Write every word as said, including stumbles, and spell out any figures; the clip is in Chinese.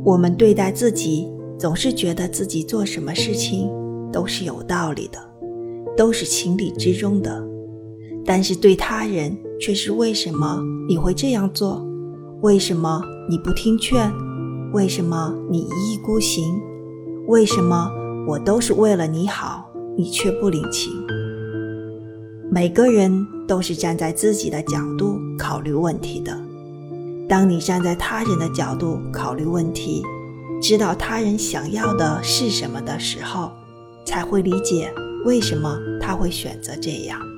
我们对待自己总是觉得自己做什么事情都是有道理的，都是情理之中的，但是对他人却是为什么你会这样做？为什么你不听劝？为什么你一意孤行？为什么我都是为了你好，你却不领情？每个人都是站在自己的角度考虑问题的。当你站在他人的角度考虑问题，知道他人想要的是什么的时候，才会理解为什么他会选择这样。